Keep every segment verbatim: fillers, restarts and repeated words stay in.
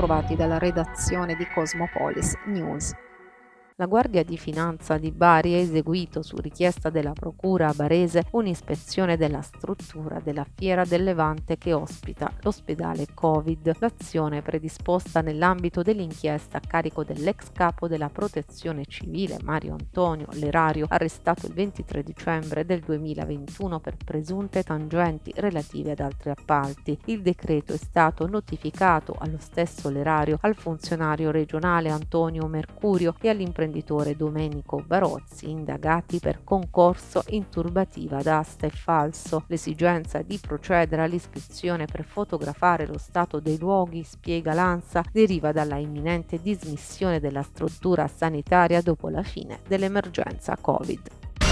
trovati dalla redazione di Cosmopolis News. La Guardia di Finanza di Bari ha eseguito, su richiesta della Procura barese, un'ispezione della struttura della Fiera del Levante che ospita l'ospedale Covid. L'azione è predisposta nell'ambito dell'inchiesta a carico dell'ex capo della Protezione Civile Mario Antonio Lerario, arrestato il ventitré dicembre del duemilaventuno per presunte tangenti relative ad altri appalti. Il decreto è stato notificato allo stesso Lerario, al funzionario regionale Antonio Mercurio e all'imprenditore Domenico Barozzi, indagati per concorso in turbativa d'asta e falso. L'esigenza di procedere all'ispezione per fotografare lo stato dei luoghi, spiega l'ANSA, deriva dalla imminente dismissione della struttura sanitaria dopo la fine dell'emergenza Covid.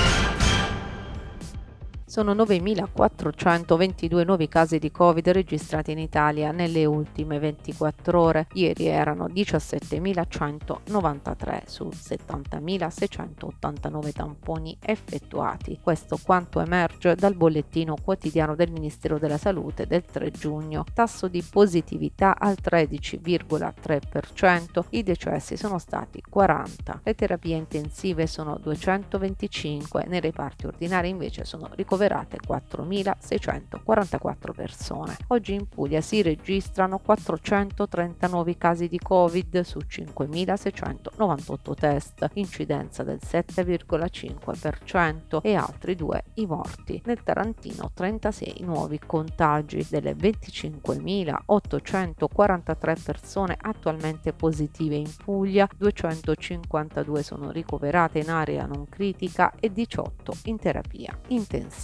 Sono novemilaquattrocentoventidue nuovi casi di Covid registrati in Italia nelle ultime ventiquattro ore. Ieri erano diciassettemilacentonovantatré su settantamilaseicentottantanove tamponi effettuati. Questo quanto emerge dal bollettino quotidiano del Ministero della Salute del tre giugno. Tasso di positività al tredici virgola tre per cento. I decessi sono stati quaranta. Le terapie intensive sono duecentoventicinque. Nei reparti ordinari invece sono ricoverati quattromilaseicentoquarantaquattro persone. Oggi in Puglia si registrano quattrocentotrenta nuovi casi di Covid su cinquemilaseicentonovantotto test, incidenza del sette virgola cinque per cento e altri due i morti. Nel Tarantino trentasei nuovi contagi. Delle venticinquemilaottocentoquarantatré persone attualmente positive in Puglia, duecentocinquantadue sono ricoverate in area non critica e diciotto in terapia intensiva.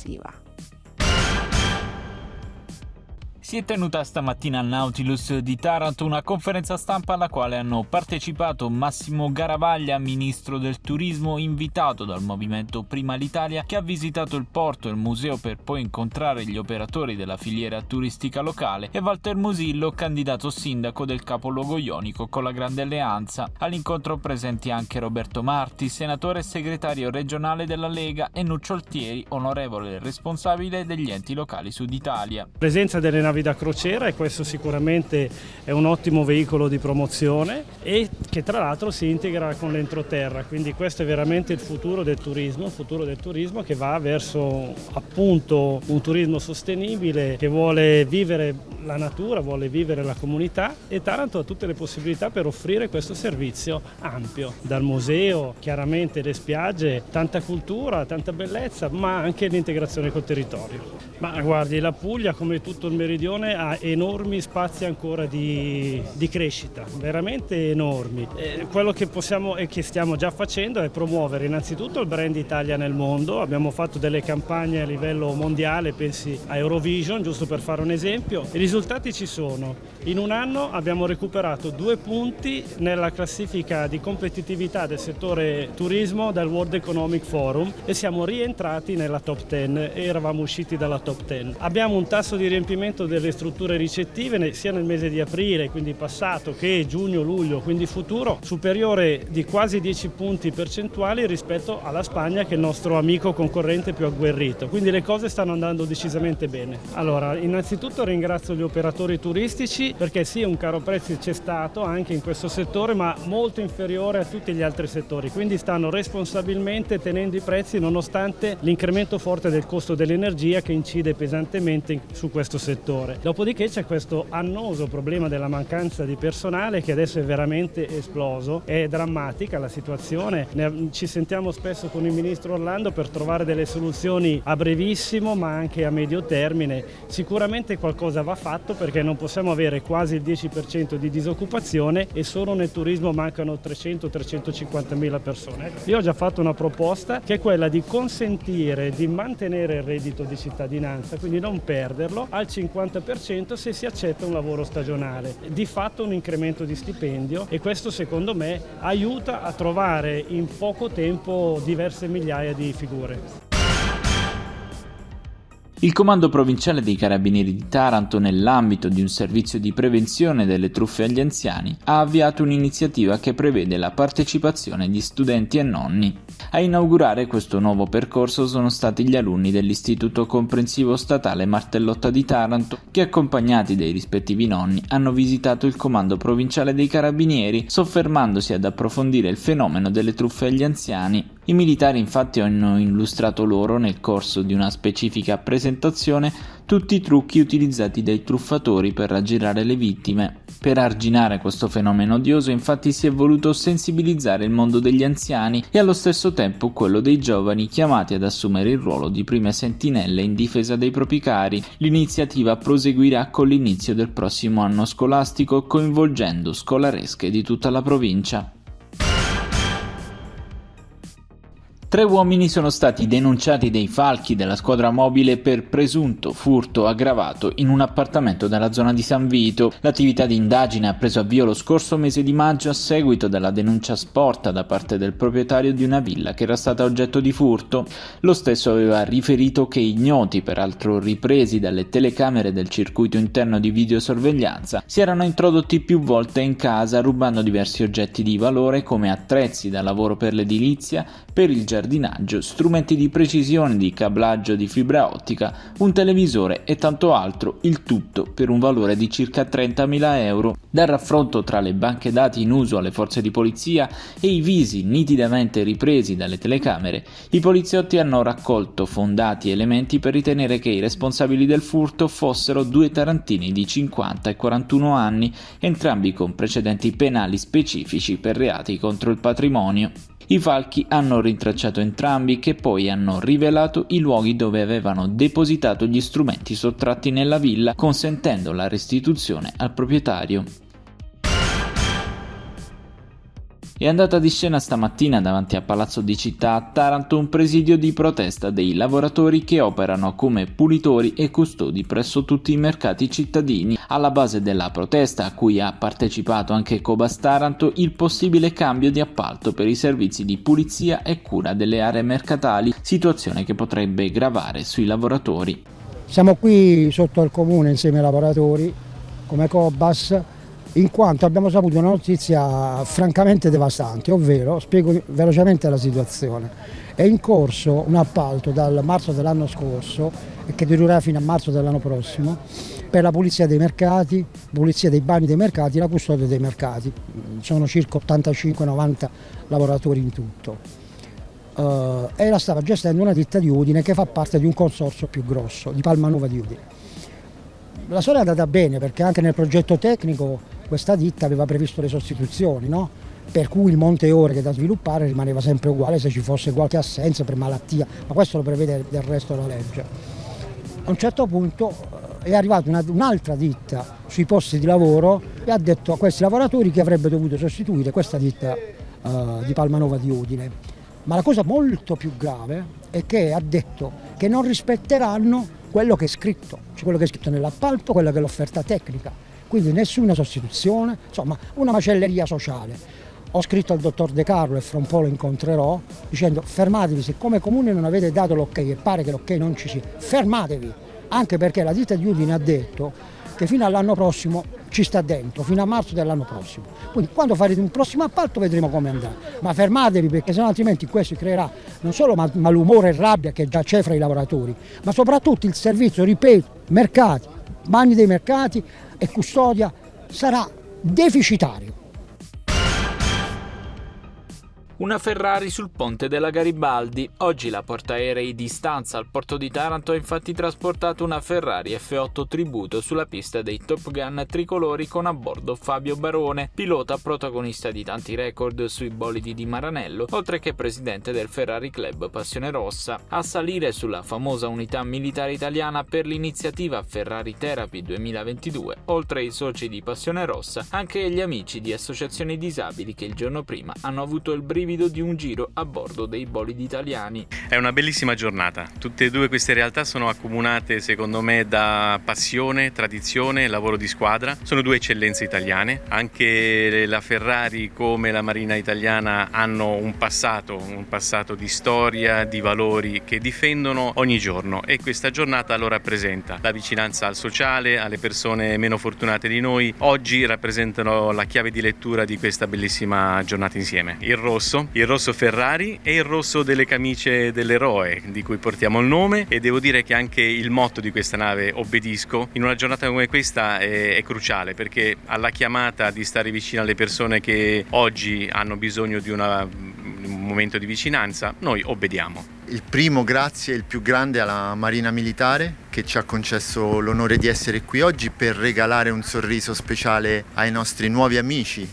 Si è tenuta stamattina al Nautilus di Taranto una conferenza stampa alla quale hanno partecipato Massimo Garavaglia, ministro del turismo, invitato dal movimento Prima l'Italia, che ha visitato il porto e il museo per poi incontrare gli operatori della filiera turistica locale, e Walter Musillo, candidato sindaco del capoluogo ionico con la Grande Alleanza. All'incontro presenti anche Roberto Marti, senatore e segretario regionale della Lega, e Nuccio Altieri, onorevole responsabile degli enti locali Sud Italia. Presenza delle navi da crociera, e questo sicuramente è un ottimo veicolo di promozione, e che tra l'altro si integra con l'entroterra, quindi questo è veramente il futuro del turismo, il futuro del turismo che va verso appunto un turismo sostenibile, che vuole vivere la natura, vuole vivere la comunità, e Taranto ha tutte le possibilità per offrire questo servizio ampio, dal museo, chiaramente le spiagge, tanta cultura, tanta bellezza, ma anche l'integrazione col territorio. Ma guardi, la Puglia, come tutto il meridione, ha enormi spazi ancora di, di crescita, veramente enormi. E quello che possiamo e che stiamo già facendo è promuovere innanzitutto il brand Italia nel mondo. Abbiamo fatto delle campagne a livello mondiale, pensi a Eurovision, giusto per fare un esempio. I risultati ci sono. In un anno abbiamo recuperato due punti nella classifica di competitività del settore turismo del World Economic Forum e siamo rientrati nella top dieci, eravamo usciti dalla top dieci. Abbiamo un tasso di riempimento delle strutture ricettive sia nel mese di aprile, quindi passato, che giugno, luglio, quindi futuro, superiore di quasi dieci punti percentuali rispetto alla Spagna, che è il nostro amico concorrente più agguerrito. Quindi le cose stanno andando decisamente bene. Allora, innanzitutto ringrazio gli operatori turistici, perché sì, un caro prezzi c'è stato anche in questo settore, ma molto inferiore a tutti gli altri settori, quindi stanno responsabilmente tenendo i prezzi nonostante l'incremento forte del costo dell'energia che incide pesantemente su questo settore. Dopodiché c'è questo annoso problema della mancanza di personale, che adesso è veramente esploso, è drammatica la situazione, ci sentiamo spesso con il ministro Orlando per trovare delle soluzioni a brevissimo ma anche a medio termine. Sicuramente qualcosa va fatto, perché non possiamo avere quasi il dieci per cento di disoccupazione e solo nel turismo mancano trecento trecentocinquantamila persone. Io ho già fatto una proposta che è quella di consentire di mantenere il reddito di cittadinanza, quindi non perderlo, al cinquanta per cento se si accetta un lavoro stagionale. Di fatto un incremento di stipendio, e questo secondo me aiuta a trovare in poco tempo diverse migliaia di figure. Il Comando Provinciale dei Carabinieri di Taranto, nell'ambito di un servizio di prevenzione delle truffe agli anziani, ha avviato un'iniziativa che prevede la partecipazione di studenti e nonni. A inaugurare questo nuovo percorso sono stati gli alunni dell'Istituto Comprensivo Statale Martellotta di Taranto, che accompagnati dai rispettivi nonni hanno visitato il Comando Provinciale dei Carabinieri, soffermandosi ad approfondire il fenomeno delle truffe agli anziani. I militari infatti hanno illustrato loro, nel corso di una specifica presentazione, tutti i trucchi utilizzati dai truffatori per raggirare le vittime. Per arginare questo fenomeno odioso infatti si è voluto sensibilizzare il mondo degli anziani e allo stesso tempo quello dei giovani, chiamati ad assumere il ruolo di prime sentinelle in difesa dei propri cari. L'iniziativa proseguirà con l'inizio del prossimo anno scolastico, coinvolgendo scolaresche di tutta la provincia. Tre uomini sono stati denunciati dai falchi della squadra mobile per presunto furto aggravato in un appartamento della zona di San Vito. L'attività di indagine ha preso avvio lo scorso mese di maggio a seguito della denuncia sporta da parte del proprietario di una villa che era stata oggetto di furto. Lo stesso aveva riferito che ignoti, peraltro ripresi dalle telecamere del circuito interno di videosorveglianza, si erano introdotti più volte in casa rubando diversi oggetti di valore come attrezzi da lavoro per l'edilizia, per il giardinaggio, strumenti di precisione di cablaggio di fibra ottica, un televisore e tanto altro, il tutto per un valore di circa trentamila euro. Dal raffronto tra le banche dati in uso alle forze di polizia e i visi nitidamente ripresi dalle telecamere, i poliziotti hanno raccolto fondati elementi per ritenere che i responsabili del furto fossero due tarantini di cinquanta e quarantuno anni, entrambi con precedenti penali specifici per reati contro il patrimonio. I falchi hanno rintracciato entrambi, che poi hanno rivelato i luoghi dove avevano depositato gli strumenti sottratti nella villa, consentendo la restituzione al proprietario. È andata di scena stamattina davanti a Palazzo di Città a Taranto un presidio di protesta dei lavoratori che operano come pulitori e custodi presso tutti i mercati cittadini. Alla base della protesta, a cui ha partecipato anche Cobas Taranto, il possibile cambio di appalto per i servizi di pulizia e cura delle aree mercatali, situazione che potrebbe gravare sui lavoratori. Siamo qui sotto al comune insieme ai lavoratori come Cobas, in quanto abbiamo saputo una notizia francamente devastante, ovvero, spiego velocemente la situazione, è in corso un appalto dal marzo dell'anno scorso e che durerà fino a marzo dell'anno prossimo per la pulizia dei mercati, pulizia dei bagni dei mercati e la custodia dei mercati. Sono circa ottantacinque novanta lavoratori in tutto. Uh, e la stava gestendo una ditta di Udine che fa parte di un consorzio più grosso, di Palmanova di Udine. La storia è andata bene perché anche nel progetto tecnico questa ditta aveva previsto le sostituzioni, no? Per cui il monte ore che da sviluppare rimaneva sempre uguale se ci fosse qualche assenza per malattia, ma questo lo prevede del resto la legge. A un certo punto è arrivata una, un'altra ditta sui posti di lavoro e ha detto a questi lavoratori che avrebbe dovuto sostituire questa ditta uh, di Palmanova di Udine. Ma la cosa molto più grave è che ha detto che non rispetteranno quello che è scritto, cioè quello che è scritto nell'appalto, quella che è l'offerta tecnica, quindi nessuna sostituzione, insomma una macelleria sociale. Ho scritto al dottor De Carlo e fra un po' lo incontrerò dicendo fermatevi, se come comune non avete dato l'ok e pare che l'ok non ci sia, fermatevi, anche perché la ditta di Udine ha detto che fino all'anno prossimo ci sta dentro, fino a marzo dell'anno prossimo. Quindi quando farete un prossimo appalto vedremo come andrà, ma fermatevi perché sennò altrimenti questo creerà non solo mal- malumore e rabbia che già c'è fra i lavoratori, ma soprattutto il servizio, ripeto, mercati, bagni dei mercati e custodia sarà deficitario. Una Ferrari sul ponte della Garibaldi. Oggi la portaerei di Stanza al porto di Taranto ha infatti trasportato una Ferrari F otto tributo sulla pista dei Top Gun tricolori con a bordo Fabio Barone, pilota protagonista di tanti record sui bolidi di Maranello, oltre che presidente del Ferrari Club Passione Rossa. A salire sulla famosa unità militare italiana per l'iniziativa Ferrari Therapy duemilaventidue, oltre ai soci di Passione Rossa, anche gli amici di associazioni disabili che il giorno prima hanno avuto il brivido seguito di un giro a bordo dei bolidi italiani. È una bellissima giornata. Tutte e due queste realtà sono accomunate, secondo me, da passione, tradizione, lavoro di squadra. Sono due eccellenze italiane. Anche la Ferrari come la Marina italiana hanno un passato, un passato di storia, di valori che difendono ogni giorno, e questa giornata lo rappresenta. La vicinanza al sociale, alle persone meno fortunate di noi, oggi rappresentano la chiave di lettura di questa bellissima giornata insieme. Il rosso, il rosso Ferrari e il rosso delle camicie dell'eroe di cui portiamo il nome, e devo dire che anche il motto di questa nave, Obbedisco, in una giornata come questa è, è cruciale, perché alla chiamata di stare vicino alle persone che oggi hanno bisogno di una, un momento di vicinanza, noi obbediamo. Il primo grazie, il più grande, alla Marina Militare, che ci ha concesso l'onore di essere qui oggi per regalare un sorriso speciale ai nostri nuovi amici,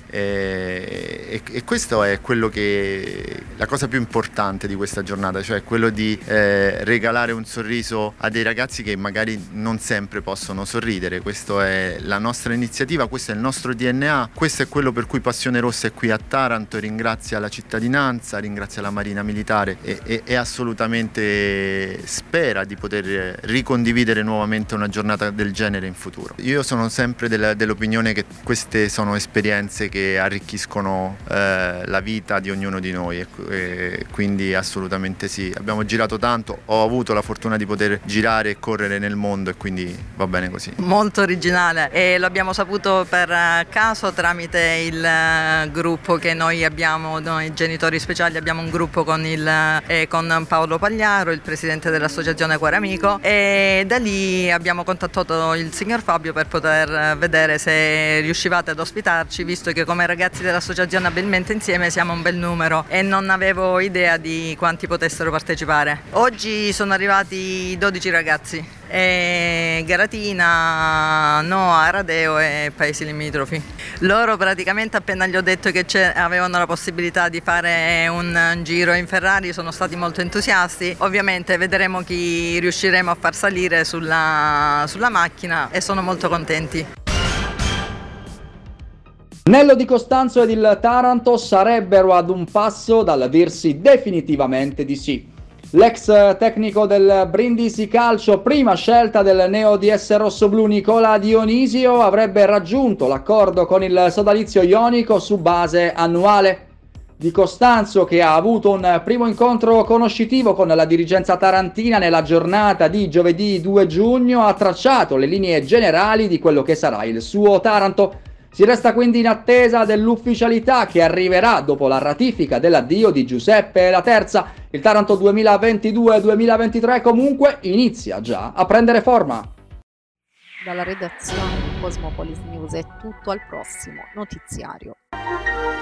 e, e, e questo è quello che la cosa più importante di questa giornata, cioè quello di eh, regalare un sorriso a dei ragazzi che magari non sempre possono sorridere. Questa è la nostra iniziativa, questo è il nostro D N A, questo è quello per cui Passione Rossa è qui a Taranto. Ringrazia la cittadinanza, ringrazia la Marina Militare e, e, e assolutamente spera di poter ricondividere Condividere nuovamente una giornata del genere in futuro. Io sono sempre del, dell'opinione che queste sono esperienze che arricchiscono eh, la vita di ognuno di noi, e, e quindi assolutamente sì. Abbiamo girato tanto, ho avuto la fortuna di poter girare e correre nel mondo, e quindi va bene così. Molto originale, e lo abbiamo saputo per caso tramite il gruppo che noi abbiamo, noi genitori speciali abbiamo un gruppo con, il, eh, con Paolo Pagliaro, il presidente dell'associazione Cuore Amico, e da lì abbiamo contattato il signor Fabio per poter vedere se riuscivate ad ospitarci, visto che come ragazzi dell'associazione Abilmente Insieme siamo un bel numero e non avevo idea di quanti potessero partecipare. Oggi sono arrivati dodici ragazzi, e Garatina, Noa, Aradeo e paesi limitrofi. Loro praticamente appena gli ho detto che avevano la possibilità di fare un giro in Ferrari sono stati molto entusiasti. Ovviamente vedremo chi riusciremo a far salire sulla, sulla macchina, e sono molto contenti. Nello Di Costanzo ed il Taranto sarebbero ad un passo dal dirsi definitivamente di sì. L'ex tecnico del Brindisi Calcio, prima scelta del neo D S rossoblù Nicola Dionisio, avrebbe raggiunto l'accordo con il sodalizio ionico su base annuale. Di Costanzo, che ha avuto un primo incontro conoscitivo con la dirigenza tarantina nella giornata di giovedì due giugno, ha tracciato le linee generali di quello che sarà il suo Taranto. Si resta quindi in attesa dell'ufficialità che arriverà dopo la ratifica dell'addio di Giuseppe La Terza. Il Taranto duemilaventidue duemilaventitré comunque inizia già a prendere forma. Dalla redazione di Cosmopolis News è tutto, al prossimo notiziario.